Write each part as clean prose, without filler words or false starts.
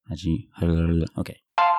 OK。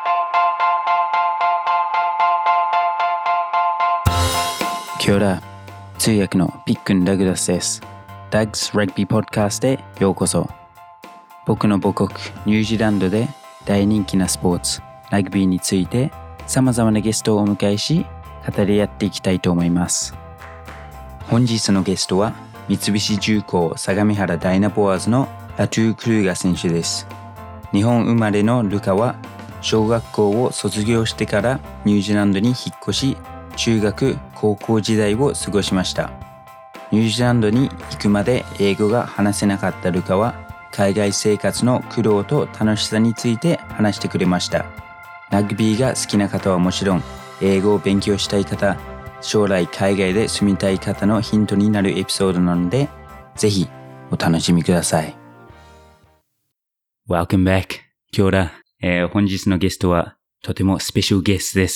今日だ、通訳のピックン・ダグラスです。Doug's Rugby Podcast へようこそ。僕の母国ニュージーランドで大人気なスポーツ、ラグビーについて様々なゲストをお迎えし、語り合っていきたいと思います。本日のゲストは、三菱重工相模原ダイナボアーズのラトゥー・クルーガ選手です。日本生まれのルカは、小学校を卒業してからニュージーランドに引っ越し、中学・高校時代を過ごしました。ニュージーランドに行くまで英語が話せなかったルカは、海外生活の苦労と楽しさについて話してくれました。ラグビーが好きな方はもちろん、英語を勉強したい方、将来海外で住みたい方のヒントになるエピソードなので、ぜひお楽しみください。Welcome back. 今日だ、本日のゲストはとてもスペシャルゲストです。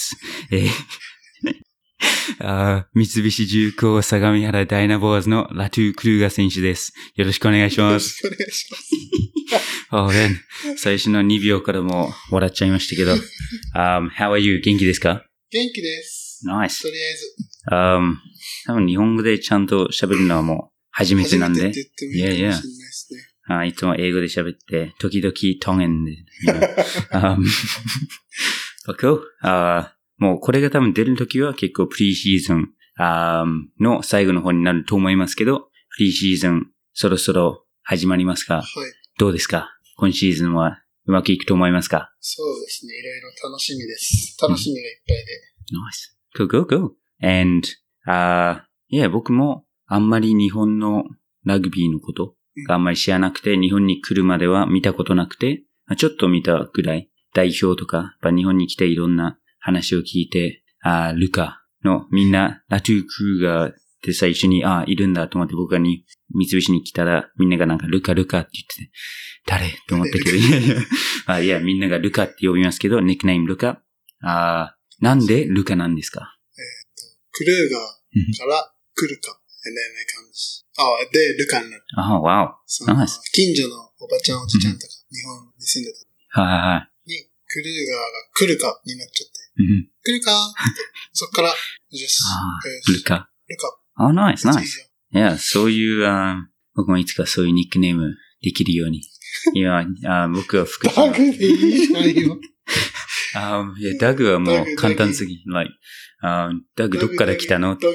三菱重工相模原ダイナボアーズのラトゥー・クルーガ選手です。よろしくお願いします。 よろしくお願いします。 最初の2秒からも笑っちゃいましたけど。How are you? 元気ですか？ 元気です。 ナイス。 とりあえず。 多分日本語でちゃんと喋るのはもう初めてなんで。 初めてって言ってもいいかもしれないですね。 いつも英語で喋って、時々トンエンで。But cool. もうこれが多分出るときは結構プリシーズンの最後の方になると思いますけど、プリシーズンそろそろ始まりますが、 はい。 どうですか？今シーズンはうまくいくと思いますか？ そうですね。いろいろ楽しみです。楽しみがいっぱいで。 Nice. Cool, cool, cool. And,僕もあんまり日本のラグビーのことがあんまり知らなくて、日本に来るまでは見たことなくて、ちょっと見たぐらい、代表とか、やっぱ日本に来ていろんな話を聞いて、ルカのみんな、ラトゥー・クルーガーって最初に、いるんだと思って僕が三菱に来たら、みんながなんかルカって言ってて、誰と思ったけど、いや、みんながルカって呼びますけど、ニックネームルカ。なんでルカなんですか？ クルーガーからクルカ。and then it comes. で、ルカになる。 wow. 近所のおばちゃんおじちゃんとか、日本に住んでた。に、クルーガーがクルカになっちゃって。クルカそっから、 ルカ。nice. いや、そういう、僕もいつかそういうニックネームできるように。今、僕は福島。 ダグでいいじゃんよ。 いや、ダグはもう簡単すぎ。ダグどっから来たの？but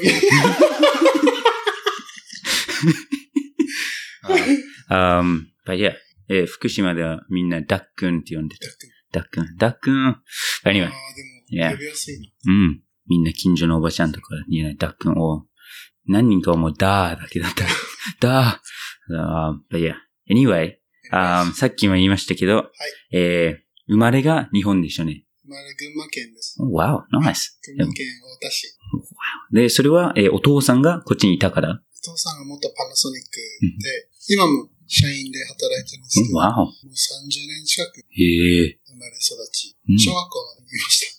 yeah, 福島ではみんなダックンって呼んでた。ダックン。Anyway. でも、呼びやすいの。 みんな近所のおばちゃんとかにダックンを、何人かはもうダーだけだった。ダー。but yeah. Anyway, さっきも言いましたけど、生まれが日本でしょね。 生まれ群馬県です。 Wow, nice. 群馬県太田市。 で、それは、お父さんがこっちにいたから？ お父さんが元パナソニックで、今も社員で働いてるんですけど、もう30年近く生まれ育ち、小学校まで見ました。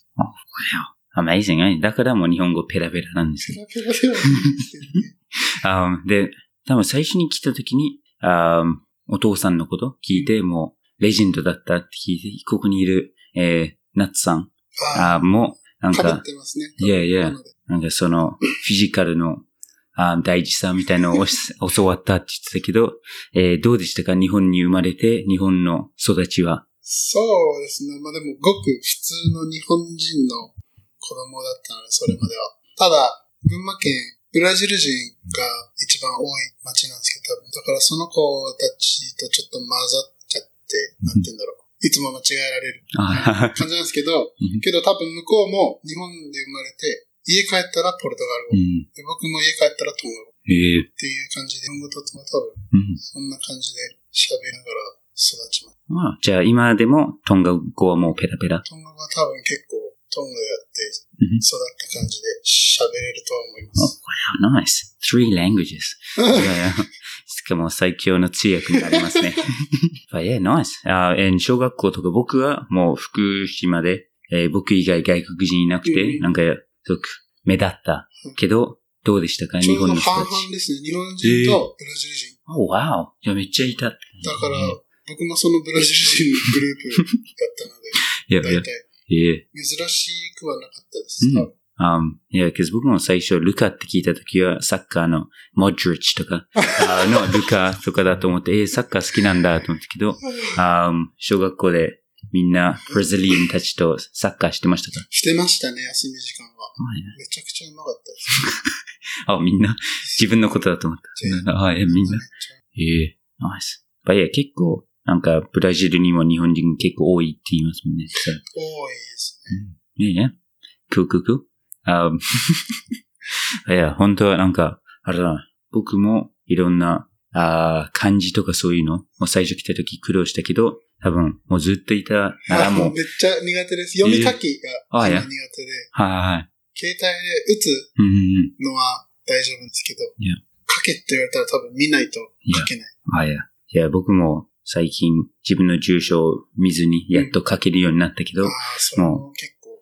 Amazing. だからもう日本語ペラペラなんですね。 ペラペラではないんですけどね。 で、多分最初に来た時に、お父さんのこと聞いて、もうレジェンドだったって聞いて、ここにいる、ナッツさんもなんか、 被ってますね。 なんかそのフィジカルの大事さみたいなのを教わったって言ってたけど、どうでしたか？日本に生まれて、日本の育ちは。 そうですね。でもごく普通の日本人の子供だったので、それまでは。ただ、群馬県、ブラジル人が一番多い町なんですけど、多分。だからその子たちとちょっと混ざっちゃって、なんて言うんだろう。いつも間違えられる感じなんですけど、多分向こうも日本で生まれて、家帰ったらポルトガル語。で僕も家帰ったらトンガ語。っていう感じで、日本語と多分、そんな感じで喋りながら育ちます。 じゃあ今でもトンガ語はもうペラペラ？ トンガ語は多分結構トンガやって育った感じで喋れるとは思います。 Wow, nice. 3 languages. しかも最強の通訳になりますね。Yeah, nice. 小学校とか僕はもう福島で、僕以外外国人いなくて、なんかすごく目立ったけど、どうでしたか？日本の人たち。 半々ですね。日本人とブラジル人。 wow. じゃあめっちゃいた。 だから、 僕もそのブラジル人のグループだったので、 Yeah, 大 yeah. 体 Yeah. 珍しくはなかったです。 うん多分 Yeah, because 僕も最初ルカって聞いたときはサッカーのモドリッチとかのルカとかだと思って、サッカー好きなんだと思ったけど、小学校でみんなブラジリアンたちとサッカーしてましたか？ してましたね、休み時間は。 yeah. めちゃくちゃうまかったです。 みんな自分のことだと思った。みんな。ナイス。結構、なんかブラジルにも日本人結構多いって言いますもんね。 多いですね。cool. いや、本当はなんか、あれだな。僕もいろんな、漢字とかそういうの、もう最初来た時苦労したけど、多分、もうずっといたならもう。 めっちゃ苦手です。読み書きが苦手で。 はい。 携帯で打つのは大丈夫ですけど、書けって言われたら多分見ないと書けない。 いや、僕も最近自分の住所を見ずにやっと書けるようになったけど、 それも結構。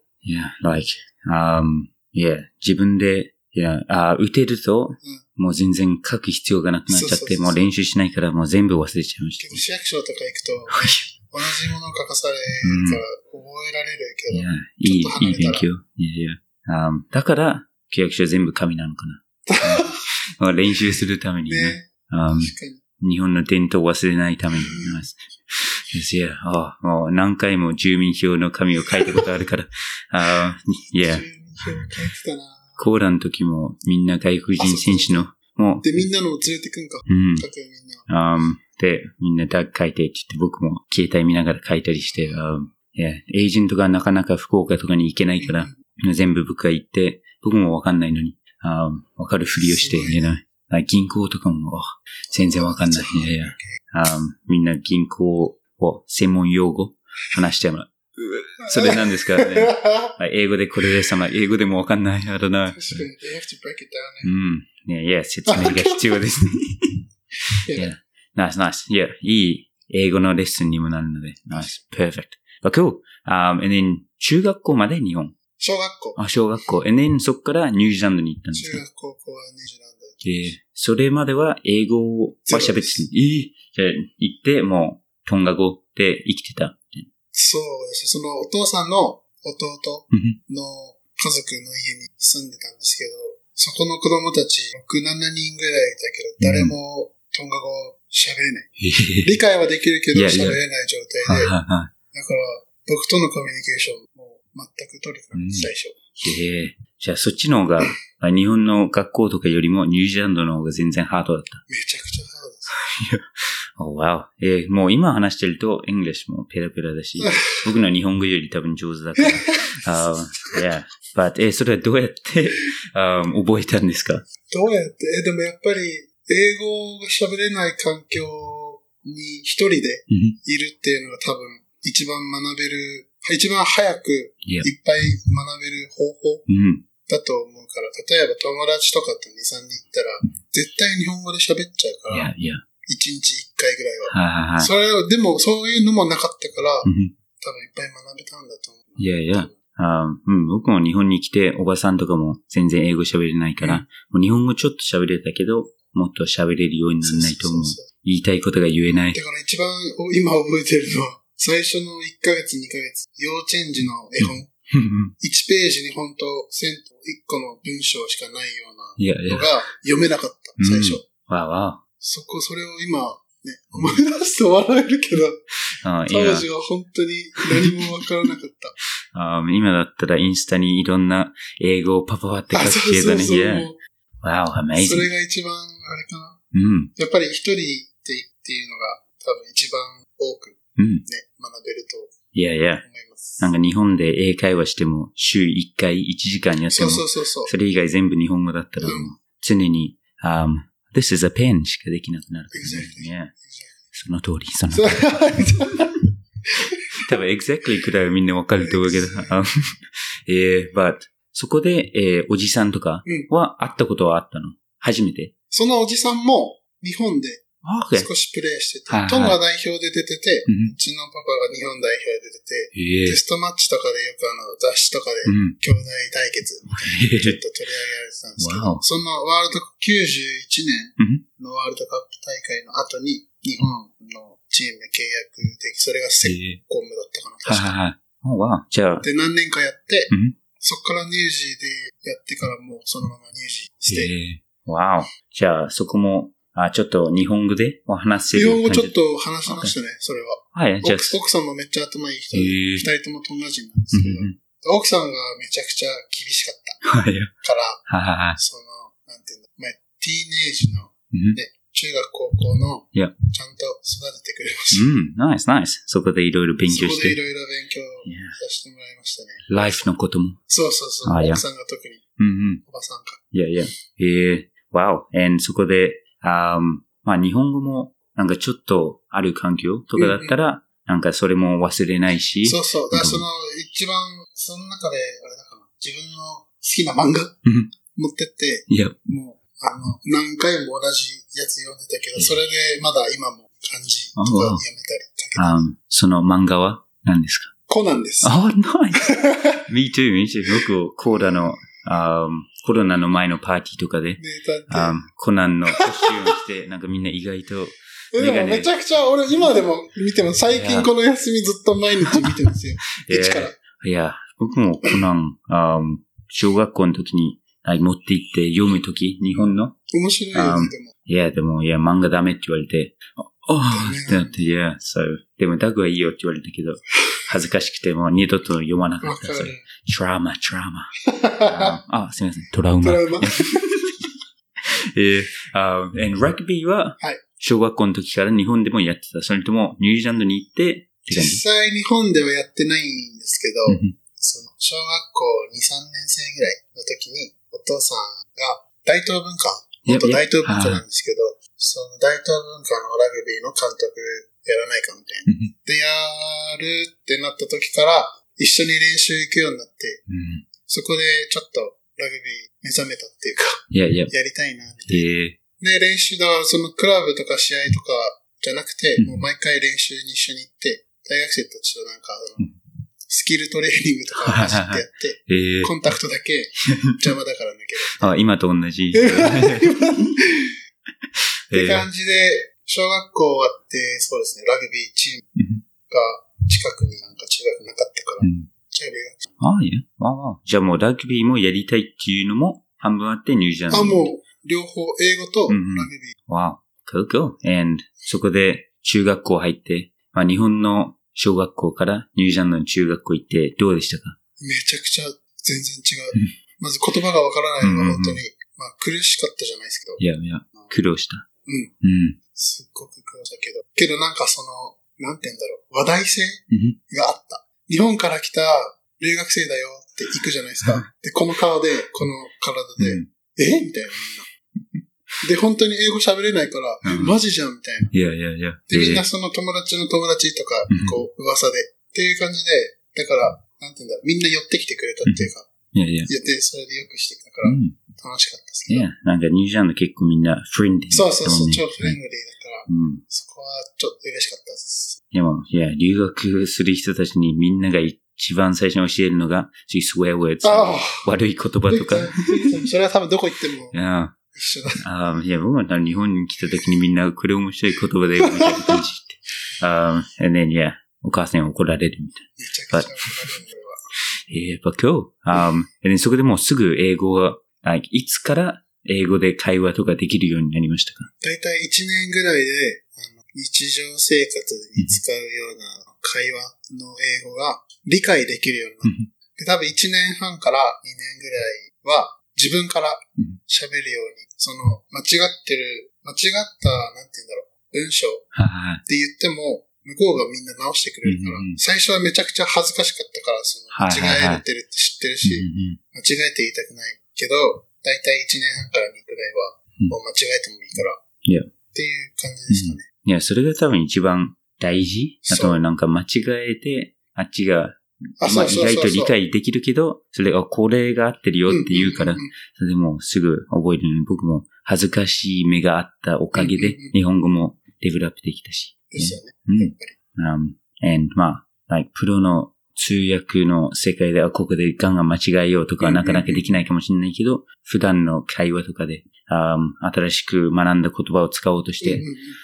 自分で、打てると、もう全然書く必要がなくなっちゃって、もう練習しないからもう全部忘れちゃいました。 結構市役所とか行くと、同じものを書かされるから覚えられるけど、 いい勉強。だから、契約書全部紙なのかな。練習するためにね。日本の伝統を忘れないために。もう何回も住民票の紙を書いたことあるから。 住民票書いてたな。 コーラの時もみんな外国人選手の、もう。 で、みんなのを連れてくんか。書くよみんな。 で、みんな書いてって言って僕も携帯見ながら書いたりして、エージェントがなかなか福岡とかに行けないから、全部僕が行って、僕もわかんないのに、わかるふりをして、銀行とかも全然わかんない。みんな銀行を専門用語話してもらう。それなんですかね。英語でこれで英語でもわかんない。I don't know. 確かに。They have to break it down. 説明が必要ですね。Nice. いい英語のレッスンにもなるので。Nice. Perfect. But cool. And then 中学校まで日本。 小学校。 小学校。And then そっからニュージーランドに行ったんですか？ 中学高校はニュージーランドに行きました。 それまでは英語は喋ってた。じゃあ行って、もう、トンガ語で生きてた。 そうです。そのお父さんの弟の家族の家に住んでたんですけど、そこの子供たち6、7人ぐらいいたけど、誰もトンガ語喋れない。理解はできるけど喋れない状態で、だから僕とのコミュニケーションも全く取れてなかった、最初。 じゃあそっちの方が、日本の学校とかよりもニュージーランドの方が全然ハードだった。 めちゃくちゃハードです。 wow. もう今話してると、イングリッシュもペラペラだし、僕の日本語より多分上手だから。But, それはどうやって、覚えたんですか？ どうやって、でもやっぱり、英語が喋れない環境に一人でいるっていうのが多分、一番早くいっぱい学べる方法だと思うから、例えば友達とかと2、3人行ったら、絶対日本語で喋っちゃうから、1日1回ぐらいは。それは、でもそういうのもなかったから、多分いっぱい学べたんだと思う。 僕も日本に来て、おばさんとかも全然英語喋れないから、もう日本語ちょっと喋れたけど、もっと喋れるようにならないと思う。言いたいことが言えない。 だから一番今覚えてるのは、最初の1ヶ月、2ヶ月、幼稚園児の絵本。1ページに本当1個の文章しかないようなのが読めなかった、最初。それを今、ね、思い出すと笑えるけど、当時は本当に何もわからなかった。 今だったらインスタにいろんな英語をパパパって書くけどね。Wow, amazing. それが一番あれかな。やっぱり一人でっていうのが多分一番多くね、学べると思います。 なんか日本で英会話しても週1回1時間やっても、それ以外全部日本語だったら常に、This is a pen しかできなくなる。その通り。多分 exactly くらいはみんなわかると思うけど。but そこで、おじさんとかは会ったことはあったの？初めて？ そのおじさんも日本で少しプレイしてて、トンガ代表で出てて、うちのパパが日本代表で出てて、テストマッチとかでよく雑誌とかで兄弟対決みたいなちょっと取り上げられてたんですけど、そのワールドカップ91年のワールドカップ大会の後に日本のチームで契約で、それがセコムだったかな、確か。 はいはいはい。わじゃあ。 で、何年かやって、 うん、 そっから乳児でやってからもうそのまま乳児して。 わお。じゃあ、そこも、ちょっと日本語でお話せる日本語ちょっと話しましたね、それは。 はい、じゃあ。 奥さんもめっちゃ頭いい人で、二人ともトンガ人なんですけど、奥さんがめちゃくちゃ厳しかった。から、その、なんていうんだ、ティーネージの、中学高校の、ちゃんと育ててくれました。 ナイスナイス。そこでいろいろ勉強して。 そこでいろいろ勉強させてもらいましたね。 ライフのことも。 そう。奥さんが特に。おばさんか。 わお。そこで、日本語も、なんかちょっとある環境とかだったら、なんかそれも忘れないし。 そう。だから一番、その中で、あれだかな、自分の好きな漫画持ってって、もう、何回も同じやつ読んでたけど、それでまだ今も漢字とか読めたり書けたり。 その漫画は何ですか？ コナンです。 ナイス。me too. 僕、コロナの前のパーティーとかで、コナンのコスチュームして、なんかみんな意外と、 でもめちゃくちゃ、俺今でも見ても、最近この休みずっと毎日見てるんですよ。一から。 いや、僕もコナン、小学校の時に、持って行って読むとき、日本の。 面白いよね、 でも。漫画ダメって言われて、ってなって、でもダグはいいよって言われたけど、恥ずかしくてもう二度と読まなかった。トラウマ。すみません、トラウマ。ラグビーは、小学校の時から日本でもやってた。それともニュージーランドに行って、 実際日本ではやってないんですけど、その小学校2、3年生ぐらいの時に、お父さんが大東文化、元大東文化なんですけど、その大東文化のラグビーの監督やらないかみたいな。で、やるってなった時から、一緒に練習行くようになって、そこでちょっとラグビー目覚めたっていうか、やりたいな、みたいな。で、練習だ、そのクラブとか試合とかじゃなくて、もう毎回練習に一緒に行って、大学生たちとなんか、スキルトレーニングとか走ってやって、コンタクトだけ邪魔だから抜ける。 今と同じ。 って感じで、小学校終わって、そうですね、ラグビーチームが近くになんか中学なかったから、じゃあ留学。 じゃあもうラグビーもやりたいっていうのも半分あってニュージーランド。 もう両方、英語とラグビー。 cool. And そこで中学校入って、日本の小学校からニュージーランドの中学校行ってどうでしたか？ めちゃくちゃ全然違う。まず言葉がわからないのが本当に、苦しかったじゃないですけど。 苦労した。 すっごく苦労したけどなんかその、なんて言うんだろう、話題性があった。日本から来た留学生だよって行くじゃないですか。で、この顔で、この体で、みたいなみんな。で、本当に英語喋れないから、マジじゃんみたいな。で、みんなその友達の友達とか、こう、噂で。っていう感じで、だから、なんて言うんだろう、みんな寄ってきてくれたっていうか、で、それでよくしてきたから、楽しかったですね。 なんかニュージーランド結構みんなフレンディー。 そう、超フレンドリーだから、そこはちょっと嬉しかったです。 でも、留学する人たちにみんなが一番最初に教えるのが、swear words。悪い言葉とか。 それは多分どこ行っても。一緒だ。 僕は日本に来た時にみんなこれ面白い言葉で、みたいな感じで。and then, お母さんに怒られるみたいな。 めちゃくちゃ怒られる but cool. そこでもうすぐ英語が、いつから英語で会話とかできるようになりましたか？ だいたい1年ぐらいで、日常生活に使うような会話の英語が理解できるようになる。で、多分1年半から2年ぐらいは自分から喋るように、その間違った、なんて言うんだろう、文章って言っても、向こうがみんな直してくれるから、最初はめちゃくちゃ恥ずかしかったから、その間違えてるって知ってるし、間違えて言いたくないけど、だいたい1年半から2くらいは、もう間違えてもいいから、っていう感じですかね。 それが多分一番大事。あとなんか間違えて、あっちが、意外と理解できるけど、それがこれが合ってるよって言うから、それでもうすぐ覚えるのに、僕も恥ずかしい目があったおかげで、日本語もデベロップできたし。 ですよね。 and プロの通訳の世界ではここでガンガン間違えようとかなかなかできないかもしれないけど、普段の会話とかで、新しく学んだ言葉を使おうとして、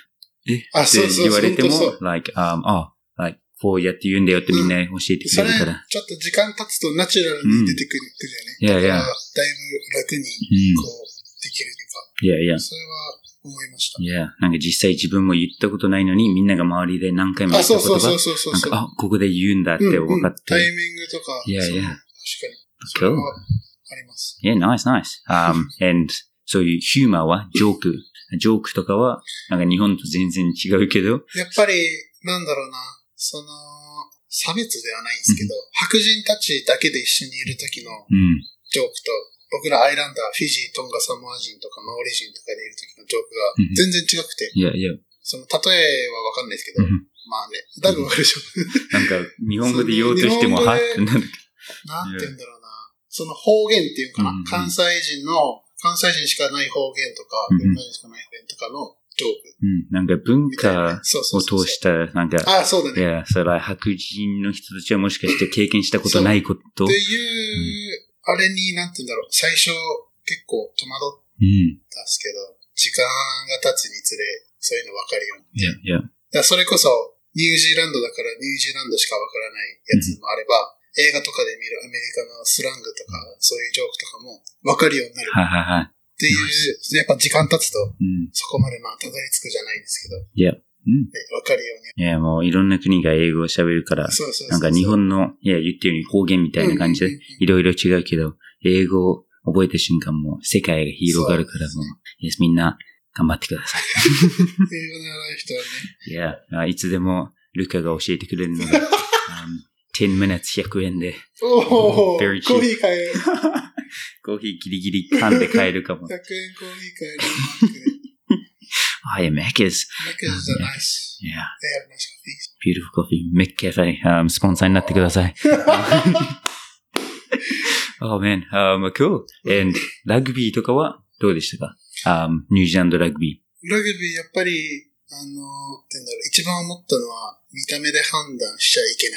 って言われても、 そう like, like, こうやって言うんだよってみんな教えてくれるから。 ちょっと時間経つとナチュラルに出てくるよね。だから、だいぶ楽に、こう、できるというか。それは思いました。 なんか実際自分も言ったことないのに、みんなが周りで何回も言ったことが、なんか、ここで言うんだって分かって。 タイミングとか、確かに。それはあります。 nice. And, そういうヒューマーは、ジョークとかは、なんか日本と全然違うけど。 やっぱり、なんだろうな、差別ではないんですけど、白人たちだけで一緒にいる時のジョークと、僕らアイランダー、フィジー、トンガ、サモア人とかマオリ人とかでいる時のジョークが全然違くて、その例えはわかんないですけど、まあね、だいぶわかるでしょ。 なんか、日本語で言おうとしても、はってなんだっけ。 なんて言うんだろうな。その方言っていうかな、関西人しかない方言とか、群馬人しかない方言とかのジョーク。 なんか文化を通した、なんか、 そうだね。 それは白人の人たちはもしかして経験したことないこと。 っていう、あれに、なんて言うんだろう、最初結構戸惑ったんですけど、時間が経つにつれ、そういうの分かるようになって。それこそ、ニュージーランドだからニュージーランドしか分からないやつもあれば、映画とかで見るアメリカのスラングとか、そういうジョークとかも分かるようになる。っていう、やっぱ時間経つと、そこまでたどり着くじゃないですけど。分かるように。 もういろんな国が英語を喋るから、なんか日本の、言ってるように方言みたいな感じで、いろいろ違うけど、英語を覚えた瞬間も世界が広がるから、もう、みんな頑張ってください。 英語の習い人はね。いつでもルカが教えてくれるので、10 minutes 100円で。 コーヒー買える。 コーヒーギリギリ噛んで買えるかも。 100円コーヒー買える。 Macca's. Macca's are nice. Yeah. They have nice coffees. Beautiful coffee. Mac Cafe. スポンサーになってください。Oh man. Cool. And ラグビーとかはどうでしたか？ニュージーランドラグビー。ラグビーやっぱり、一番思ったのは見た目で判断しちゃいけない。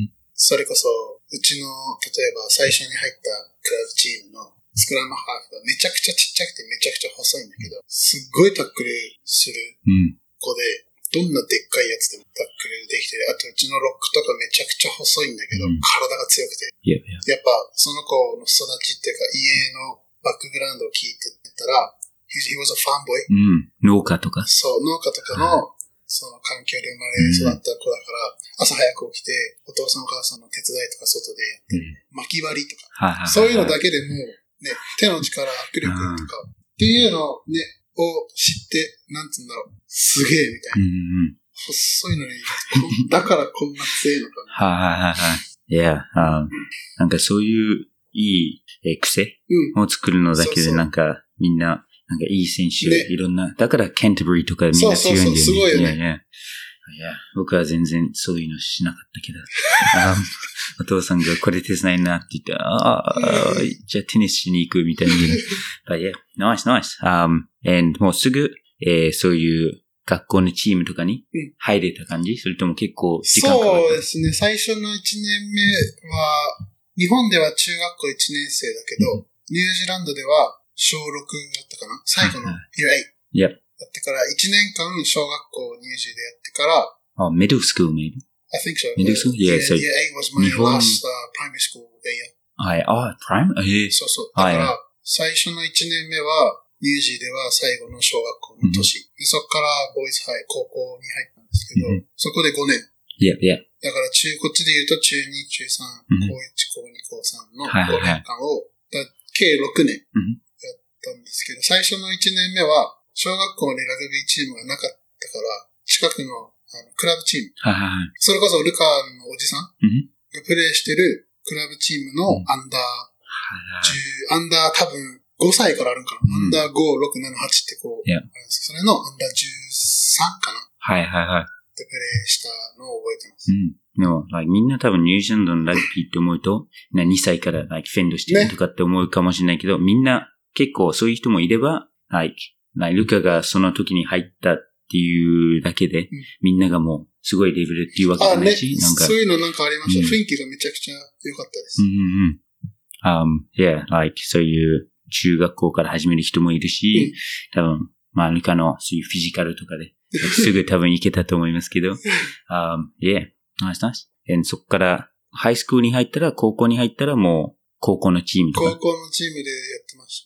それこそ、うちの、例えば最初に入ったクラブチームのスクラムハーフがめちゃくちゃちっちゃくてめちゃくちゃ細いんだけど、すっごいタックルする子で、どんなでっかいやつでもタックルできてる。あとうちのロックとかめちゃくちゃ細いんだけど、体が強くて。やっぱその子の育ちっていうか家のバックグラウンドを聞いてたら、he was a farm boy. 農家とか。 そう、農家とかの、その環境で生まれ育った子だから、朝早く起きて、お父さんお母さんの手伝いとか外でやって、巻き割りとか、そういうのだけでも、ね、手の力、握力とか、っていうのをね、知って、なんつうんだろう、すげえみたいな。細いのに、だからこんな強いのかな。 なんかそういういい癖を作るのだけでなんかみんな、なんかいい選手、いろんな、だからケンタブリーとかみんな強いんだよね。 すごいよね。 僕は全然そういうのしなかったけど、お父さんがこれ手伝いなって言って、じゃあテニスしに行くみたいな。But nice. And もうすぐ、そういう学校のチームとかに入れた感じ？それとも結構時間かかった？ そうですね。最初の1年目は、日本では中学校1年生だけど、ニュージーランドでは小6だったかな？最後の Year 8。だってから1年間小学校ニュージーでやってから、 middle school maybe? I think so. Middle school? Yeah, so Year 8 was my last primary school year. primary? そうそう。だから、最初の1年目は、ニュージーでは最後の小学校の年。でそこからボーイズハイ、高校に入ったんですけど、そこで5年。だからこっちで言うと中2、中3、高1、高2、高3の5年間を、計6年やったんですけど、最初の1年目は、小学校にラグビーチームがなかったから、近くのクラブチーム。それこそルカのおじさんがプレイしてるクラブチームのアンダー多分5歳からあるんかな。アンダー5、6、7、8ってこう、あるんですけど、それのアンダー13かな。ってプレイしたのを覚えてます。 みんな多分ニュージーランドのラグビーって思うと、2歳からフェンドしてるとかって思うかもしれないけど、みんな結構そういう人もいれば、ルカがその時に入ったっていうだけで、みんながもうすごいレベルっていうわけじゃないし、なんか。 そういうのなんかありました。雰囲気がめちゃくちゃ良かったです。 そういう中学校から始める人もいるし、多分、ルカのそういうフィジカルとかですぐ多分行けたと思いますけど。Yeah, nice, nice. そっから、ハイスクールに入ったら、高校に入ったらもう、高校のチームとか。 高校のチームでやってました。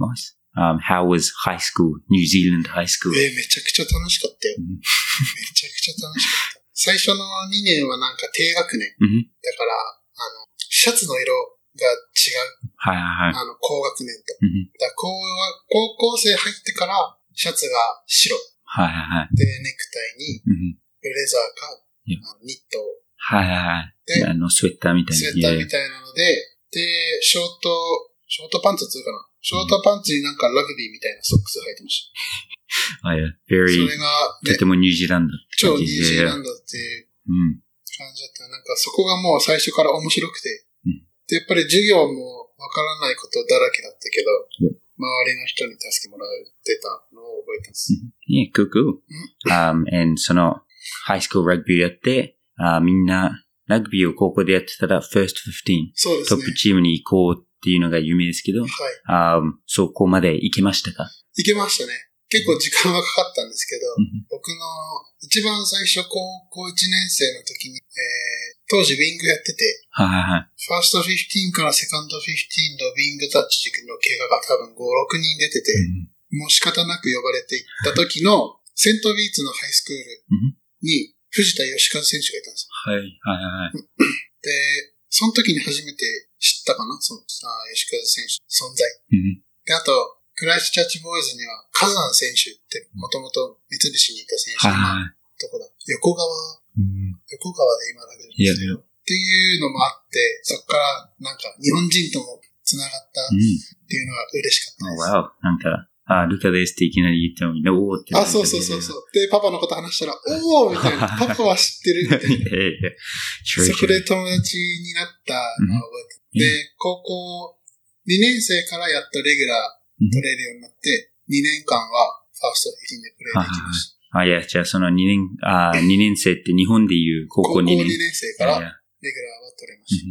はい。Nice. How was high school? New Zealand high school? めちゃくちゃ楽しかったよ。めちゃくちゃ楽しかった。最初の2年はなんか低学年。だから、シャツの色が違う。 はいはいはい。 高学年と。だ高校生入ってから、シャツが白。 はいはいはい。 で、ネクタイに、ブレザーか、ニット。 はいはいはい。で、スウェッターみたいな。 スウェッターみたいなので、で、ショートパンツっていうかな。ショートパンツになんかラグビーみたいなソックス履いてました。それが、 とてもニュージーランド。 超ニュージーランドっていう感じだった。なんかそこがもう最初から面白くて。で、やっぱり授業もわからないことだらけだったけど、周りの人に助けもらってたのを覚えてます。 Yeah, cool. And その、ハイスクールラグビーやって、みんな、ラグビーを高校でやってたら、First 15。 そうですね。 トップチームに行こうっていうのが有名ですけど、そこまで行けましたか？ 行けましたね。結構時間はかかったんですけど、僕の一番最初高校1年生の時に、当時ウィングやってて、ファースト15からセカンド15のウィングタッチの怪我が多分5、6人出てて、もう仕方なく呼ばれていった時の、セントビーツのハイスクールに藤田義和選手がいたんですよ。で、その時に初めて知ったかな、吉和選手の存在。で、あと、クライストチャーチボーイズには、カザン選手ってもともと三菱にいた選手、どこだ横川で今だけどですけど、っていうのもあって、そこからなんか日本人とも繋がったっていうのが嬉しかったです。 なんか、ルカですっていきなり言ってもみんな、おーって。 そう。で、パパのこと話したら、おーみたいな。パパは知ってるみたいな。そこで友達になったのを覚えて。で、高校2年生からやっとレギュラー取れるようになって、2年間はファースト15でプレイできました。 いや、じゃあその2年生って日本でいう高校2年。 高校2年生からレギュラーは取れました。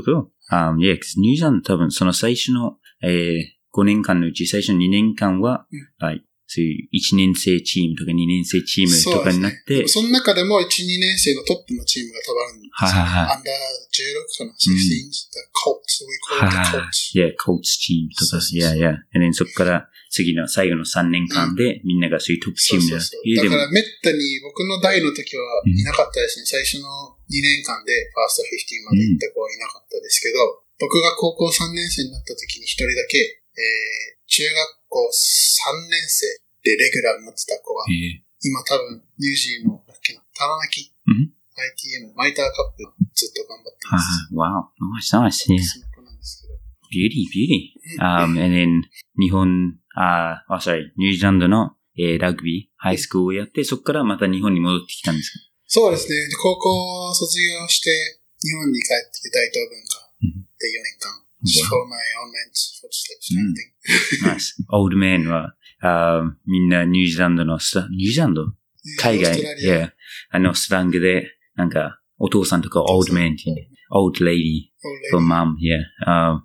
Cool. Yeah, ニュージーランド多分その最初の、5年間のうち最初の2年間は、そういう1年生チームとか2年生チームとかになって、 その中でも1、2年生のトップのチームが多分あるんですよ。アンダー16かな ?16、Colts, we call it the Colts. Yeah, Colts チームとか、yeah. And then そこから次の最後の3年間でみんながそういうトップチームだ。 だからめったに僕の代の時はいなかったですね。最初の2年間でファースト15まで行った子はいなかったですけど、僕が高校3年生になった時に一人だけ、中学校3年生でレギュラーになってた子が、今多分ニュージーの、棚泣き、ITM、マイターカップずっと頑張ってます。 Wow, nice, yeah. その子なんですけど。 Beauty. And then 日本、ニュージーランドの、ラグビー、ハイスクールをやって、そこからまた日本に戻ってきたんですか？ そうですね。高校を卒業して、日本に帰ってきて大東文化で4年間。For my own men's footsteps kind of thing. Nice. Old man は、みんなニュージーランドのニュージーランド海外、スラングで、なんか、お父さんとか old man っていう、old lady for mom, yeah. I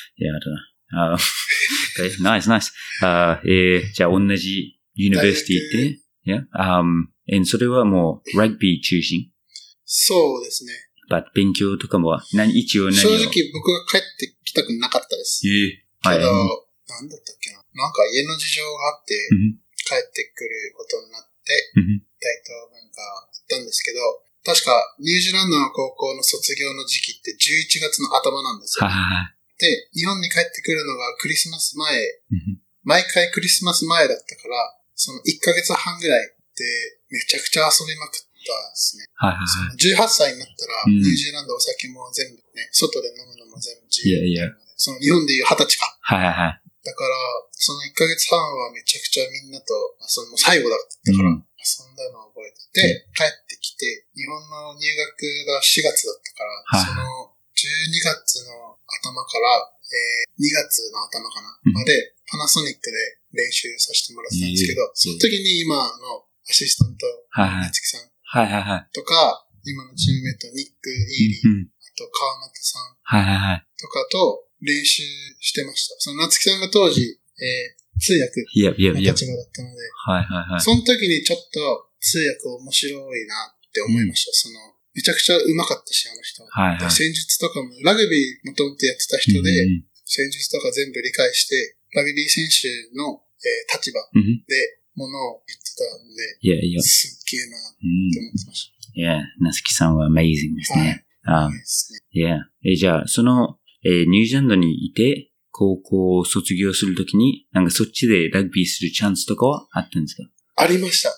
don't know. Okay, nice. じゃあ同じユニバーシティ行って、yeah. それはもう、ラグビー中心？ そうですね。 勉強とかも、正直僕が帰ってきたくなかったです。けど、なんだったっけな。なんか家の事情があって、帰ってくることになって、大東文化行ったんですけど、確かニュージーランドの高校の卒業の時期って11月の頭なんですよ。で、日本に帰ってくるのがクリスマス前、毎回クリスマス前だったから、その1ヶ月半ぐらいでめちゃくちゃ遊びまくったですね。18歳になったら、ニュージーランドお酒も全部ね、外で飲むのも全部自由。その日本でいう20歳か。だから、その1ヶ月半はめちゃくちゃみんなと遊んで、最後だったから、遊んだのを覚えてて、帰ってきて、日本の入学が4月だったから、その12月の頭から、2月の頭かな、まで、パナソニックで練習させてもらってたんですけど、その時に今のアシスタント、夏木さんとか、今のチームメイト、ニック・イーリー、あと川又さんとかと練習してました。その夏木さんが当時、 通訳いや、いや、いや。 の立場だったので、 はいはいはい。 その時にちょっと通訳面白いなって思いました。めちゃくちゃ上手かったし、あの人。 はいはい。 戦術とかも、ラグビーもともとやってた人で、 うん戦術とか全部理解して、ラグビー選手の、立場うん。 でものを言ってたんで、 いやいや。 すっげえなって思ってました。 いや、なすきさんは amazing ですね。 はい。ですね。 いや、じゃあ、ニュージーランドにいて、高校を卒業するときに、なんかそっちでラグビーするチャンスとかはあったんですか？ ありました。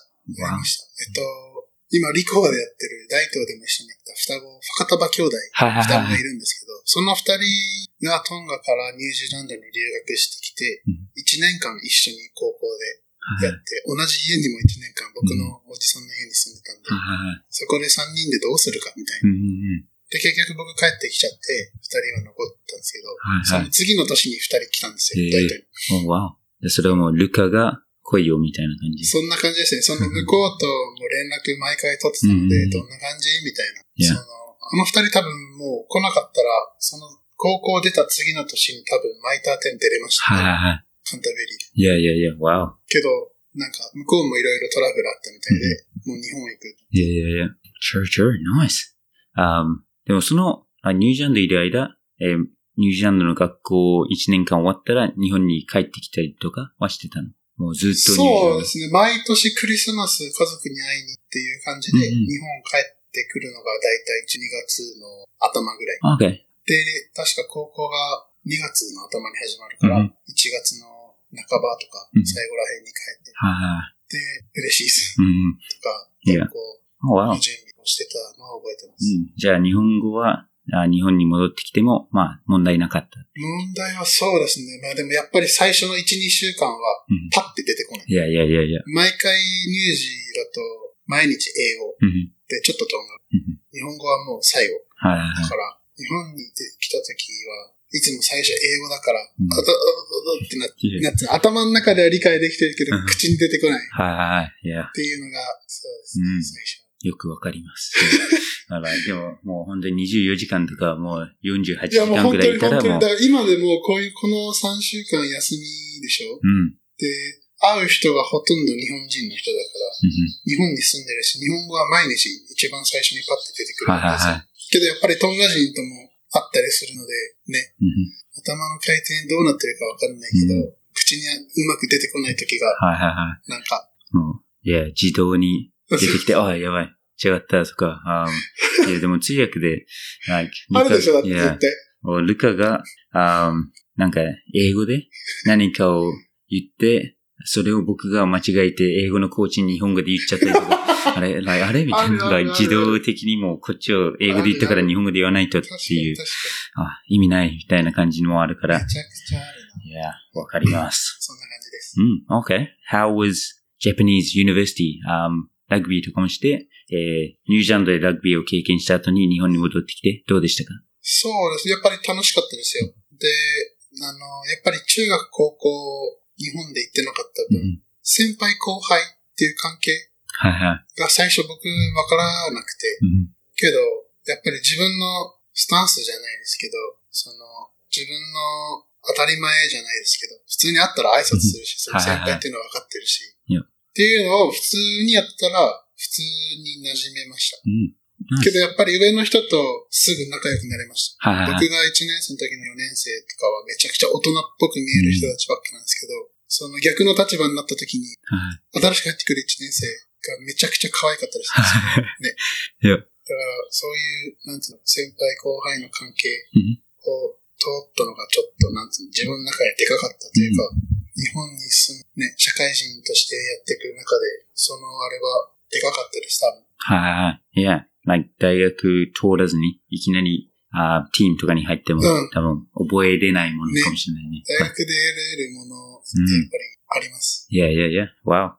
今、リコーでやってる、大東でも一緒にやった双子、ファカタバ兄弟、双子がいるんですけど、その二人がトンガからニュージーランドに留学してきて、1年間一緒に高校でやって、同じ家にも1年間僕のおじさんの家に住んでたんで、そこで3人でどうするかみたいな。で、結局僕帰ってきちゃって、2人は残ったんですけど、その次の年に2人来たんですよ、大体。 わお。で、それはもうルカが来いよみたいな感じ。 そんな感じですね。その向こうとも連絡毎回取ってたので、どんな感じみたいな。あの2人多分もう来なかったら、その高校出た次の年に多分マイター10出れましたね。カンタベリーで。 いや、わお。 けど、なんか向こうもいろいろトラブルあったみたいで、もう日本行く。 いや。Sure, nice. でもニュージーランドいる間、ニュージーランドの学校1年間終わったら日本に帰ってきたりとかはしてたの？もうずっとそうですね。毎年クリスマス家族に会いにっていう感じで、日本帰ってくるのがだいたい12月の頭ぐらい。 Okay. で、確か高校が2月の頭に始まるから、1月の半ばとか、最後らへんに帰って、で、プレシーズンとか、結構、準備をしてたのを覚えてます。 じゃあ日本語は、日本に戻ってきても、まあ、問題なかった。 問題はそうですね。まあでもやっぱり最初の1、2週間は、パッて出てこない。 いや。 毎回ニュージーだと、毎日英語。で、ちょっとトンガ。日本語はもう最後。だから、日本に来た時は、いつも最初英語だから、ってなって、頭の中では理解できてるけど、口に出てこない。っていうのが、そうですね、最初。 よくわかります。でも、もう本当に24時間とか、もう48時間くらいいたらもう。 だから今でもこの3週間休みでしょ？で、会う人がほとんど日本人の人だから、日本に住んでるし、日本語は毎日一番最初にパッて出てくるんですよ。けどやっぱりトンガ人とも会ったりするので、ね、頭の回転どうなってるかわかんないけど、口にうまく出てこない時が、なんか、 もう、自動に出てきて、やばい。違った、そっか。でも通訳で、 あるでしょ、だって絶対。 ルカが、なんか、英語で何かを言って、それを僕が間違えて、英語のコーチに日本語で言っちゃったりとか、あれみたいな。自動的にもうこっちを英語で言ったから日本語で言わないとっていう、意味ないみたいな感じもあるから。 めちゃくちゃあるな。わかります。 そんな感じです。 Okay. How was Japanese University? ラグビーとかもして、ニュージーランドでラグビーを経験した後に日本に戻ってきて、どうでしたか？ そうです。やっぱり楽しかったですよ。で、やっぱり中学、高校、日本で行ってなかった分、先輩後輩っていう関係が最初僕わからなくて、けど、やっぱり自分のスタンスじゃないですけど、自分の当たり前じゃないですけど、普通に会ったら挨拶するし、その先輩っていうのは分かってるし、っていうのを普通にやったら、普通に馴染めました。けどやっぱり上の人とすぐ仲良くなれました。僕が1年生の時の4年生とかはめちゃくちゃ大人っぽく見える人たちばっかなんですけど、その逆の立場になった時に、新しく入ってくる1年生がめちゃくちゃ可愛かったですね。だからそういう、なんていうの、先輩後輩の関係を通ったのがちょっと、なんていうの、自分の中ででかかったというか、日本に住むね、社会人としてやっていく中で、そのあれはでかかったです、多分。 大学通らずに、いきなり、ティームとかに入っても、多分、覚えれないものかもしれないね。 大学で得られるものってやっぱりあります。 Wow.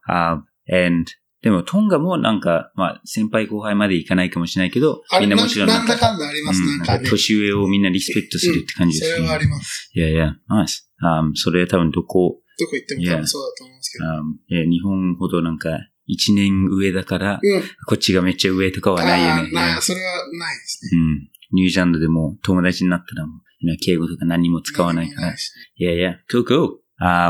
And, でも、トンガもなんか、先輩後輩までいかないかもしれないけど、みんなもちろんなんだかんだあります、なんかね。 年上をみんなリスペクトするって感じですね。 それはあります。 Nice. それは多分どこ行っても多分そうだと思うんですけど。 日本ほどなんか、1年上だから、こっちがめっちゃ上とかはないよね。 それはないですね。 ニュージーランドでも友達になったらもう、敬語とか何も使わないから。Cool.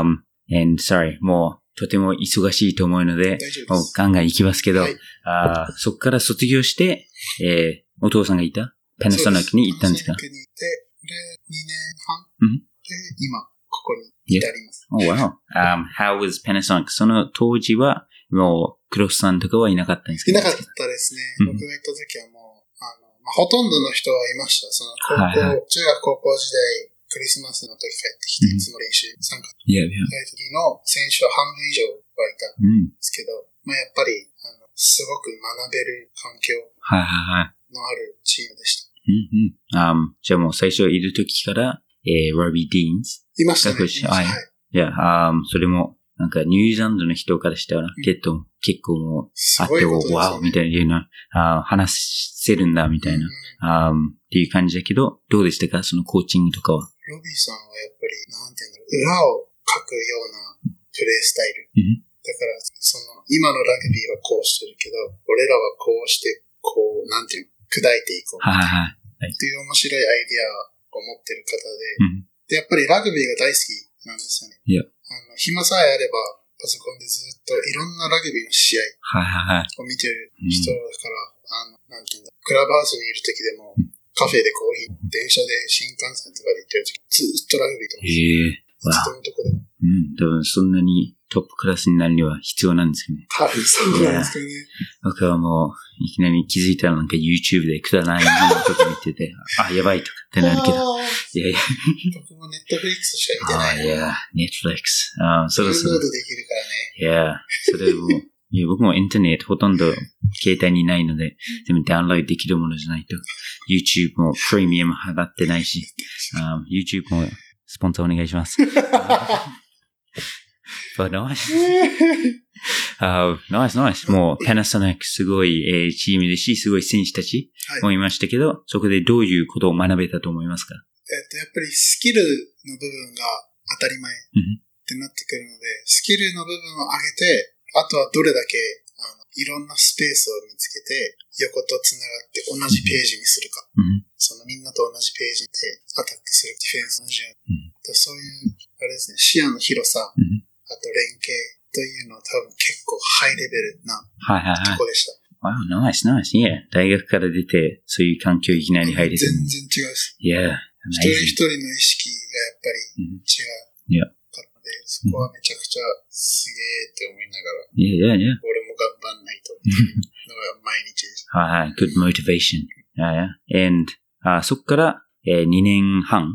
and sorry, もうとても忙しいと思うので、もうガンガン行きますけど、そこから卒業して、お父さんがいたパナソニックに行ったんですか？ パナソニックに行って、で、2年半、で、今、ここに至ります。 Oh, wow. How was Panasonic? その当時は、もう、クロスさんとかはいなかったんですか？ いなかったですね。僕が行った時はもう、ほとんどの人はいました。その中学高校時代、クリスマスの時帰ってきて、いつも練習参加した時の選手は半分以上はいたんですけど、やっぱり、すごく学べる環境のあるチームでした。 じゃあもう最初いる時から、Robbie Deans いましたね。 いや、それも、なんかニュージーランドの人からしたら、結構もう、あってわおみたいな言うな、話せるんだみたいな、っていう感じだけど、どうでしたかそのコーチングとかは？ ロビーさんはやっぱり、なんていうんだろう、裏を書くようなプレースタイル。だから、今のラグビーはこうしてるけど、俺らはこうして、こう、なんていうの、砕いていこう。っていう面白いアイディアを持ってる方で、で、やっぱりラグビーが大好きなんですよね。暇さえあれば、パソコンでずっといろんなラグビーの試合を見てる人だから、なんていうんだ、クラブハウスにいる時でも、カフェでコーヒー、電車で新幹線とかで行ってる時、ずっとラグビーとかしてる。いつでもどこでも。 多分そんなにトップクラスになるには必要なんですかね。 多分そうなんですかね。 僕はもう、いきなり気づいたらなんか YouTube でくだらないものとか見てて、やばいとかってなるけど。いや。 僕も Netflix しか見てない。 いや、Netflix。 そろそろ。ダウンロードできるからね。 それも、僕もインターネットほとんど携帯にないので、全部ダウンロードできるものじゃないと。YouTube もプレミアム払ってないし、YouTube もスポンサーお願いします。But nice. nice. もう、パナソニックすごい、チームですし、すごい選手たちもいましたけど、そこでどういうことを学べたと思いますか？ やっぱりスキルの部分が当たり前ってなってくるので、スキルの部分を上げて、あとはどれだけいろんなスペースを見つけて、横とつながって同じページにするか。そのみんなと同じページでアタックするディフェンスの順。そういう、あれですね、視野の広さ、あと連携というのは多分結構ハイレベルなとこでした。 Wow, nice. Yeah. 大学から出て、そういう環境いきなり入れて。 全然違うです。 Yeah. 一人一人の意識がやっぱり違う。かったので、そこはめちゃくちゃすげえって思いながら。 Yeah. 俺も頑張んないとっていうのが毎日でした。 Good motivation. And, そっから、2年半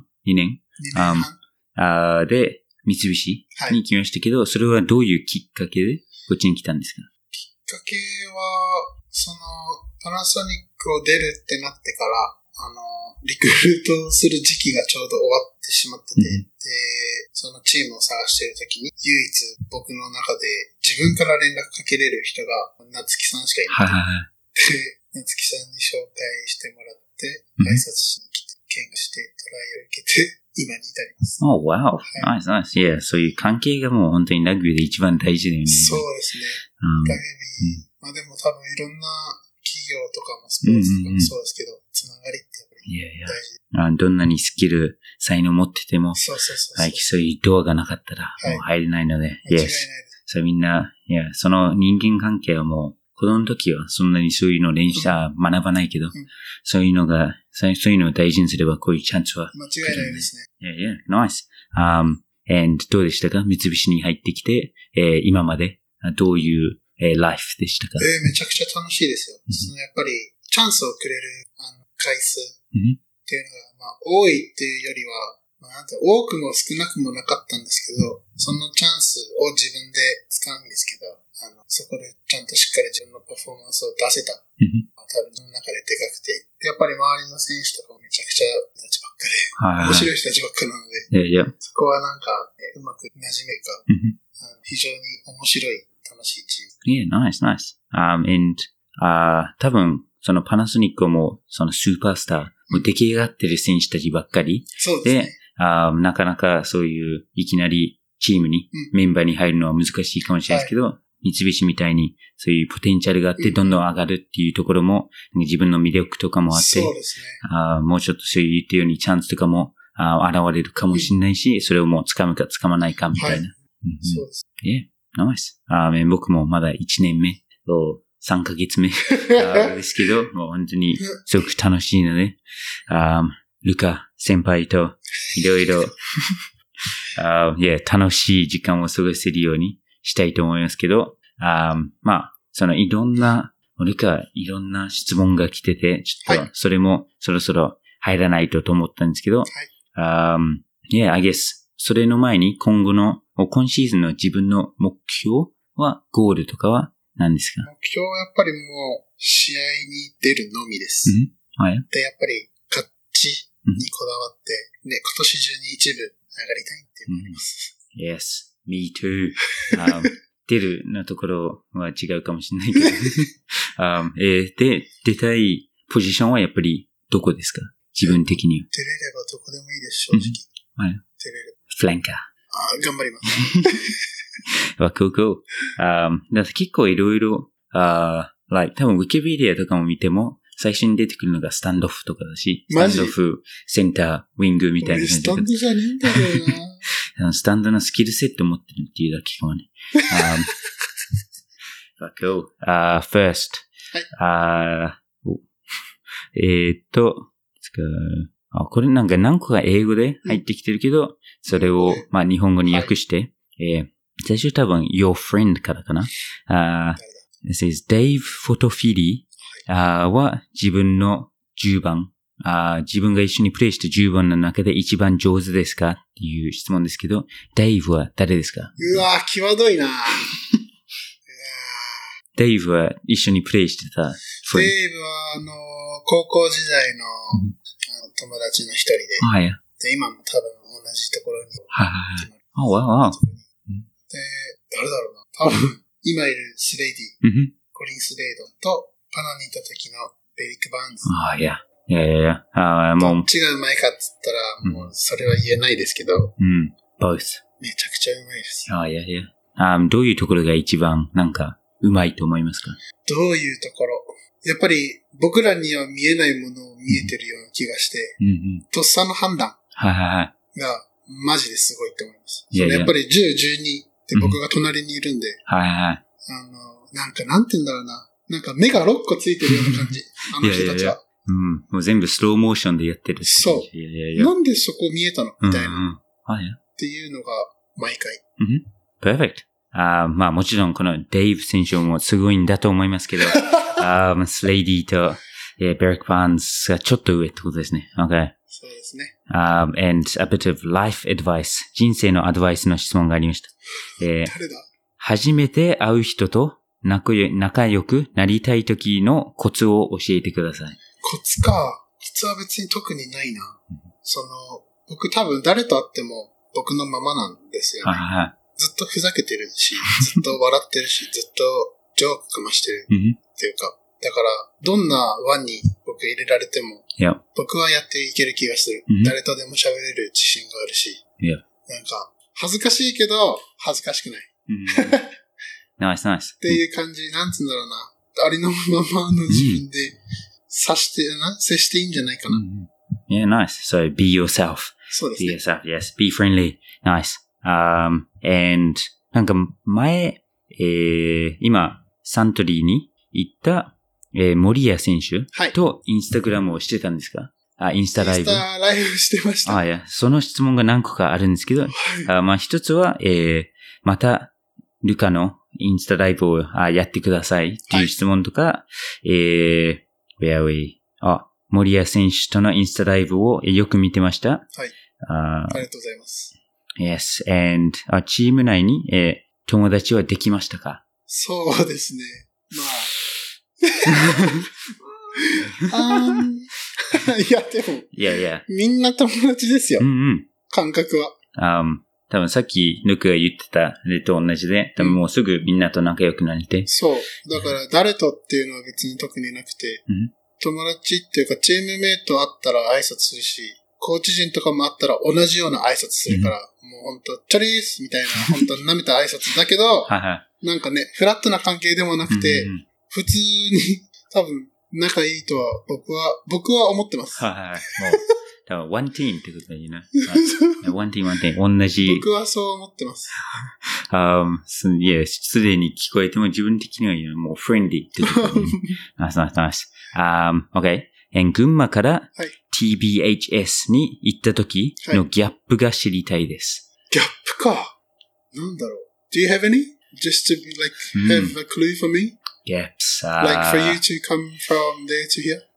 で、三菱に来ましたけど、それはどういうきっかけでこっちに来たんですか？ きっかけは、パナソニックを出るってなってから、リクルートする時期がちょうど終わってしまってて、で、そのチームを探しているときに、唯一僕の中で自分から連絡かけれる人が、夏木さんしかいなくて、夏木さんに紹介してもらって、挨拶しに来て、見学して、トライを受けて、今に至ります。 Oh, wow. Nice. Yeah, そういう関係がもう本当にラグビーで一番大事だよね。 そうですね。ラグビー、でも多分いろんな企業とかもスポーツとかもそうですけど、つながりってやっぱり大事。 どんなにスキル、才能持ってても、そういうドアがなかったらもう入れないので、 間違いないです。 みんな、その人間関係はもう、子供の時はそんなにそういうの練習学ばないけど、そういうのを大事にすればこういうチャンスは。 間違いないですね。 Nice. And どうでしたか？三菱に入ってきて、今までどういうライフでしたか？ めちゃくちゃ楽しいですよ。やっぱりチャンスをくれる回数っていうのが、多いっていうよりは、多くも少なくもなかったんですけど、そのチャンスを自分で使うんですけど、そこでちゃんとしっかり自分のパフォーマンスを出せた。多分自分の中ででかくて。やっぱり周りの選手とかもめちゃくちゃ人たちばっかで、面白い人たちばっかなので、そこはなんか、うまく馴染めるか、非常に面白い、楽しいチーム。 Nice. And, 多分、そのパナソニックも、そのスーパースター、もう出来上がってる選手たちばっかり。 そうですね。 なかなかそういういきなりチームに、メンバーに入るのは難しいかもしれないですけど、三菱みたいにそういうポテンシャルがあってどんどん上がるっていうところも、自分の魅力とかもあって、 そうですね。 もうちょっとそういう言ったようにチャンスとかも現れるかもしれないし、それをもう掴むか掴まないかみたいな。 そうです。 Yeah, nice. 僕もまだ1年目と3ヶ月目ですけど、もう本当にすごく楽しいので、ルカ先輩といろいろ楽しい時間を過ごせるようにしたいと思いますけど、そのルカいろんな質問が来てて、ちょっとそれもそろそろ入らないと思ったんですけど、I guess それの前に今シーズンの自分の目標は、ゴールとかは何ですか？ 目標はやっぱりもう試合に出るのみです。 はい。 で、やっぱり勝ちにこだわって、ね、今年中に一部上がりたいっていうのがあります。 Yes, me too. 出るのところは違うかもしれないけど。で、出たいポジションはやっぱりどこですか？自分的には。 出れればどこでもいいです、正直。 はい。 出れる。 フランカー。 頑張ります。 cool. だって結構いろいろ、多分ウィキペディアとかも見ても、最初に出てくるのがスタンドオフとかだし、スタンドオフ、センター、ウィングみたいな感じで。 スタンドじゃねえんだよな。スタンドのスキルセット持ってるっていうだけかもね。cool. First. はい。 これなんか何個か英語で入ってきてるけど、それを日本語に訳して、最初多分 Your Friend からかな。This is Dave Fotofili は自分の10番、自分が一緒にプレイした10番の中で一番上手ですかっていう質問ですけど、Dave は誰ですか？ うわぁ、際どいな Dave は一緒にプレイしてた。 Dave は高校時代の友達の一人で、で今も多分同じところに決まる。で、誰だろうな。多分、今いるスレイディ、コリン・スレイドとパナにいた時のベリック・バーンズ。どっちがうまいかって言ったら、もうそれは言えないですけど。 both。 めちゃくちゃうまいです。 どういうところが一番なんかうまいと思いますか？ どういうところ？やっぱり僕らには見えないものを見えてるような気がして、とっさの判断がマジですごいと思います。やっぱり10、12って僕が隣にいるんで、なんかなんて言うんだろうな。なんか目が6個ついてるような感じ。あの人たちは。 もう全部スローモーションでやってる。 そう。なんでそこ見えたのみたいな。っていうのが毎回。 Perfect。もちろんこのデイブ選手もすごいんだと思いますけど、スレイディと、ベリック・バーンズがちょっと上ってことですね。Okay。 そうですね。 and a bit of life advice。人生のアドバイスの質問がありました。 誰だ？ 初めて会う人と仲良くなりたい時のコツを教えてください。 コツか。コツは別に特にないな。僕多分誰と会っても僕のままなんですよね。ずっとふざけてるし、ずっと笑ってるし、ずっとジョークかましてるっていうか、だから、どんな輪に僕入れられても、僕はやっていける気がする。誰とでも喋れる自信があるし、なんか、恥ずかしいけど、恥ずかしくない。 ナイス。 っていう感じ、なんつうんだろうな。ありのままの自分で接していいんじゃないかな。 Yeah, nice. So, be yourself. そうですね。 Be yourself, yes. Be friendly. Nice.and なんか前、今、サントリーに行った、森谷選手とインスタグラムをしてたんですか？インスタライブ。 インスタライブしてました。 その質問が何個かあるんですけど、一つは、また、ルカのインスタライブをやってくださいっていう質問とか、森谷選手とのインスタライブをよく見てました。 はい。ありがとうございます。 Yes, and チーム内に、友達はできましたか？ そうですね。いや、でも。 いや。 みんな友達ですよ。感覚は。 多分さっきルクが言ってた例と同じで、多分もうすぐみんなと仲良くなれて。 そう。だから誰とっていうのは別に特になくて、友達っていうかチームメイト会ったら挨拶するし、コーチ陣とかもあったら同じような挨拶するから、もうほんと、チョリースみたいな、ほんと舐めた挨拶だけど、なんかね、フラットな関係でもなくて、普通に多分仲いいとは僕は思ってます。 もう多分、one team ってことだよね。one team。同じ。 僕はそう思ってます。 いや、すでに聞こえても自分的にはもう friendly ってことだよね。OK。群馬から TBHS に行った時のギャップが知りたいです。 ギャップか。なんだろう。Do you have any?Just to like have a clue for me? Gaps. Like for you to come from there to here?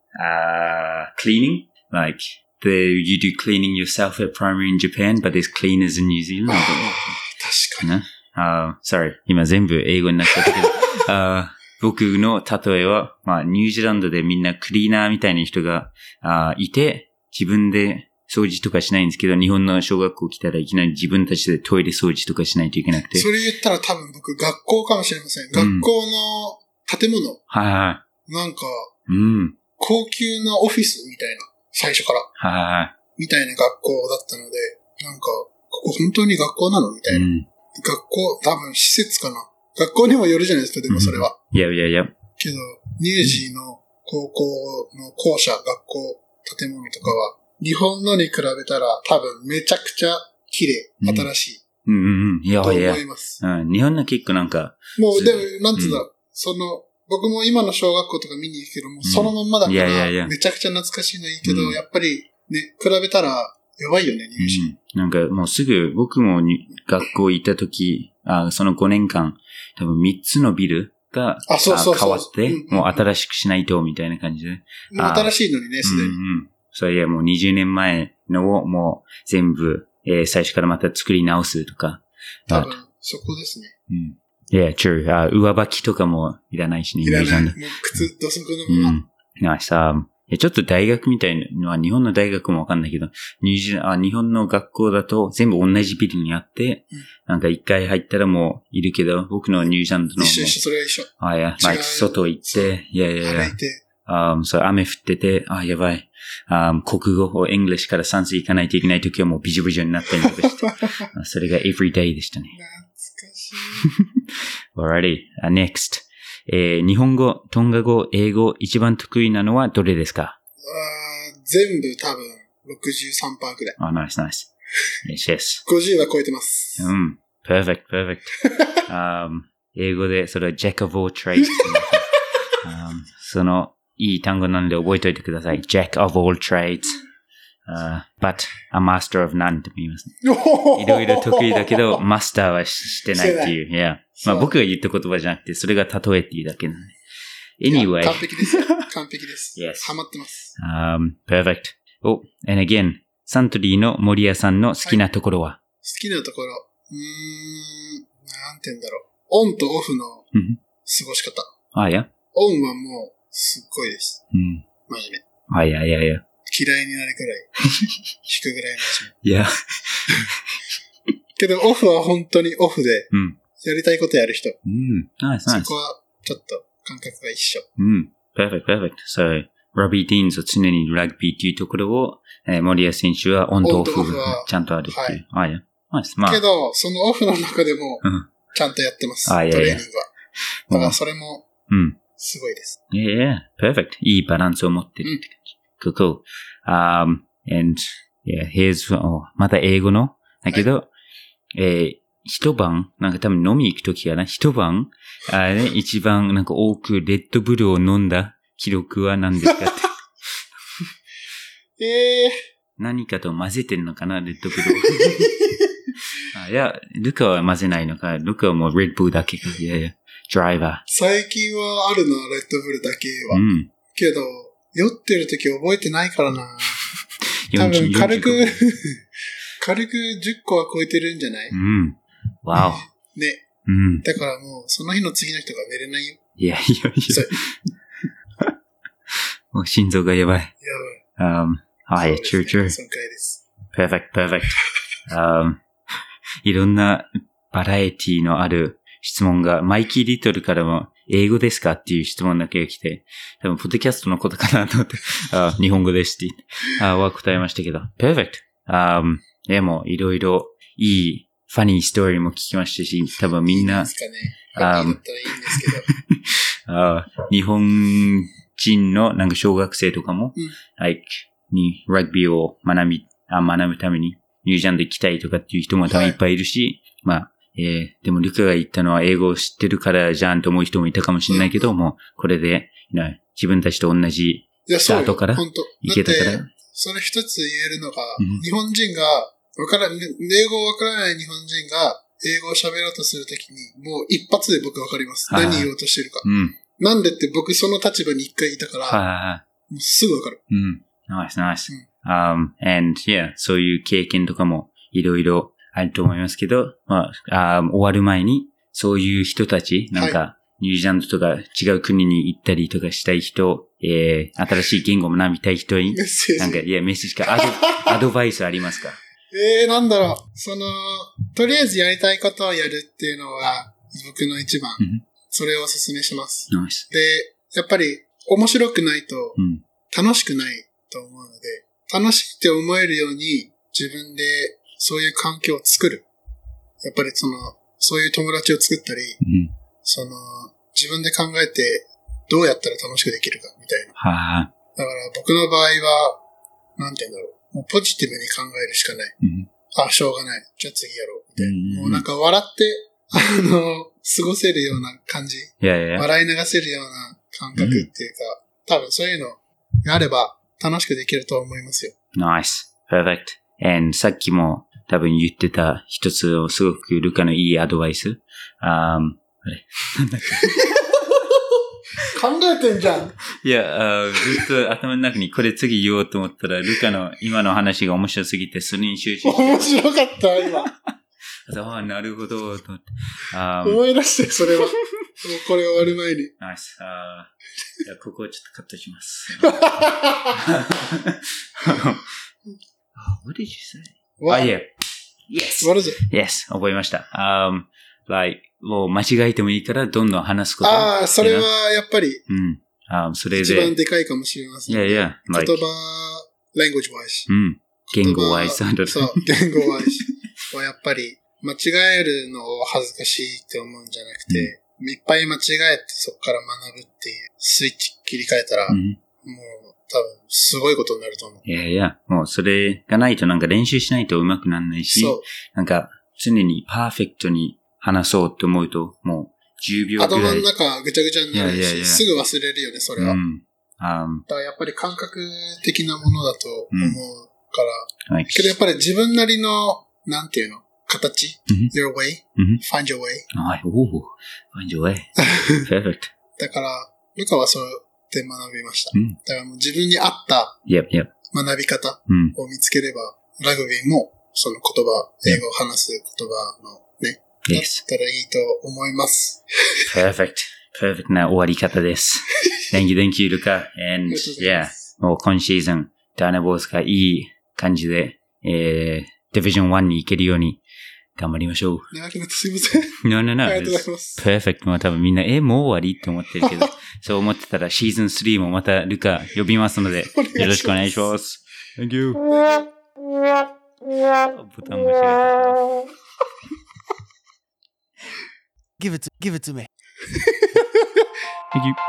Cleaning. Like you do cleaning yourself at primary in Japan, but there's cleaners in New Zealand. 確かに。 Sorry. 今全部英語になっちゃったけど。僕の例えは、ニュージーランドでみんなクリーナーみたいな人がいて、自分で掃除とかしないんですけど、日本の小学校来たらいきなり自分たちでトイレ掃除とかしないといけなくて。 それ言ったら多分僕学校かもしれません。学校の建物。なんか、高級なオフィスみたいな、最初から。みたいな学校だったので、なんか、ここ本当に学校なのみたいな。学校、多分施設かな。学校にもよるじゃないですか、でもそれは。 いや。 けど、ニュージーの高校の校舎、学校、建物とかは、日本のに比べたら多分めちゃくちゃ綺麗、新しい。 いや。 と思います。 日本の結構なんか。 もう、でも、なんつうんだ、僕も今の小学校とか見に行くけども、そのまんまだから、めちゃくちゃ懐かしいのいいけど、やっぱりね、比べたら弱いよね、ニュージー。 なんかもうすぐ、僕も学校行った時、その5年間、多分3つのビルが変わって、もう新しくしないと、みたいな感じで。 もう新しいのにね、すでに。 それもう20年前のをもう全部、最初からまた作り直すとか。 多分、そこですね。 Yeah, true. 上履きとかもいらないしね。 いらない。もう靴、土足のまま。 ちょっと大学みたいなのは日本の大学もわかんないけど、日本の学校だと全部同じビルにあって、なんか一回入ったらもういるけど、僕のニュージーランドの。 一緒、それは一緒。 外行って、雨降ってて、やばい。国語を English から算数行かないといけないときはもうビジョビジョになったりとかして。それが everyday でしたね。 懐かしい。 Alrighty, next. 日本語、トンガ語、英語、一番得意なのはどれですか？ 全部多分 63% くらい。 nice. Yes. 50は超えてます。 perfect. 英語で、それは Jack of all trades. その、いい単語なので覚えておいてください。Jack of all trades.But a master of none とも言いますね。いろいろ得意だけど、マスターはしてないっていう。Yeah. 僕が言った言葉じゃなくて、それが例えっていうだけなので。Anyway. 完璧ですよ。完璧です。 Yes. ハマってます。 Perfect. And again, サントリーの森谷さんの好きなところは？ 好きなところ。なんて言うんだろう。オンとオフの過ごし方。 いや。 オンはもう、すっごいです。マジで。 いや。 嫌いになるくらい、引くぐらいマジで。 いや。 けど、オフは本当にオフで、やりたいことやる人。 nice. そこは、ちょっと、感覚が一緒。 perfect. So, ロビー・ディーンズは常にラグビーっていうところを、森谷選手はオンとオフがちゃんとあるっていう。いや。 けど、そのオフの中でも、ちゃんとやってます。トレーニングは。だからそれも、すごいです。 Yeah, perfect. いいバランスを持ってるって感じ。Cool. And, here's, また英語の、だけど、一晩、なんか多分飲み行くときかな、一晩、一番なんか多くレッドブルを飲んだ記録は何ですかって。何かと混ぜてるのかな、レッドブルを。いや、ルカは混ぜないのか、ルカはもうレッドブルだけか。いや、ドライバー。 最近はあるな、レッドブルだけは。けど、酔ってるとき覚えてないからな。多分軽く10個は超えてるんじゃない？ わお。 ね。だからもう、その日の次の人が寝れないよ。 いや。もう心臓がやばい。true. そのくらいです。 Perfect. いろんなバラエティのある質問が、マイキー・リトルからも、英語ですかっていう質問だけが来て、多分、ポッドキャストのことかなと思って、日本語ですっては答えましたけど。Perfect. でも、いろいろいい、ファニーストーリーも聞きましたし、多分みんな、日本人のなんか小学生とかも、like, にラグビーを学ぶためにニュージーランド行きたいとかっていう人も多分いっぱいいるし、まあ、でもルカが言ったのは英語を知ってるからじゃんと思う人もいたかもしれないけど、もうこれで、自分たちと同じスタートから行けたから。 それ一つ言えるのが、日本人が、英語わからない日本人が英語を喋ろうとするときに、もう一発で僕わかります。何言おうとしてるか。なんでって僕その立場に一回いたから、もうすぐわかる。 Nice. And yeah, そういう経験とかもいろいろあると思いますけど、まあ、終わる前に、そういう人たち、なんか、ニュージーランドとか違う国に行ったりとかしたい人、新しい言語を学びたい人に、なんか、メッセージか、アドバイスありますか？ なんだろう。とりあえずやりたいことをやるっていうのが、僕の一番、それをお勧めします。 Nice. で、やっぱり、面白くないと、楽しくないと思うので、楽しいって思えるように、自分でそういう環境を作る。やっぱりそういう友達を作ったり、自分で考えて、どうやったら楽しくできるか、みたいな。だから僕の場合は、なんて言うんだろう。もうポジティブに考えるしかない。しょうがない。じゃあ次やろう。みたいな。もうなんか笑って、過ごせるような感じ。笑い流せるような感覚っていうか、多分そういうのがあれば楽しくできると思いますよ。 Nice. Perfect. And さっきも多分言ってた一つをすごくルカのいいアドバイス。あれ考えてんじゃん。 いや、ずっと頭の中にこれ次言おうと思ったら、ルカの今の話が面白すぎて、それに集中して。 面白かった、今。 なるほど、と思って。 思い出して、それは。もうこれ終わる前に。 ナイス。じゃあ、ここをちょっとカットします。What did you say? Yeah. Yes. What is it? Yes. 覚えました。もう間違えてもいいからどんどん話すこと。 それはやっぱり、 それで一番でかいかもしれません。 言葉、 language wise。 言語 wise。 そう、言語 wise はやっぱり、間違えるのを恥ずかしいって思うんじゃなくて、いっぱい間違えてそこから学ぶっていうスイッチ切り替えたら、もう多分すごいことになると思う。 もうそれがないとなんか練習しないと上手くならないし、なんか常にパーフェクトに話そうって思うと、もう10秒くらい。 頭の中ぐちゃぐちゃになるし、すぐ忘れるよね、それは。だからやっぱり感覚的なものだと思うから。けどやっぱり自分なりの、なんていうの形、your way, find your way. Find your way. Perfect. だから、ルカはそうやって学びました。だからもう自分に合った学び方を見つければ、ラグビーもその言葉、英語を話す言葉のね、だったらいいと思います。 Perfect. Perfect な終わり方です。Thank you, ルカ。Andもう今シーズン、ダーナボーズがいい感じで、Division 1に行けるように頑張りましょう。 長くなってすいません。 No. ありがとうございます。 Perfect. もう多分みんな、もう終わりって思ってるけど、そう思ってたらシーズン3もまたルカ呼びますので、よろしくお願いします。Thank you. ボタン間違えた。 Give it to me. Thank you.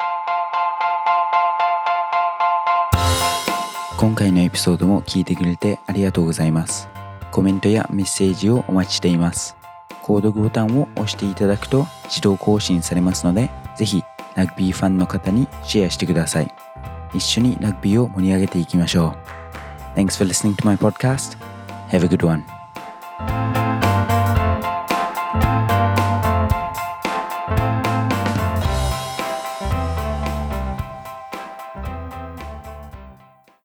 今回のエピソードも聞いてくれてありがとうございます。コメントやメッセージをお待ちしています。購読ボタンを押していただくと自動更新されますので、ぜひラグビーファンの方にシェアしてください。一緒にラグビーを盛り上げていきましょう。Thanks for listening to my podcast. Have a good one.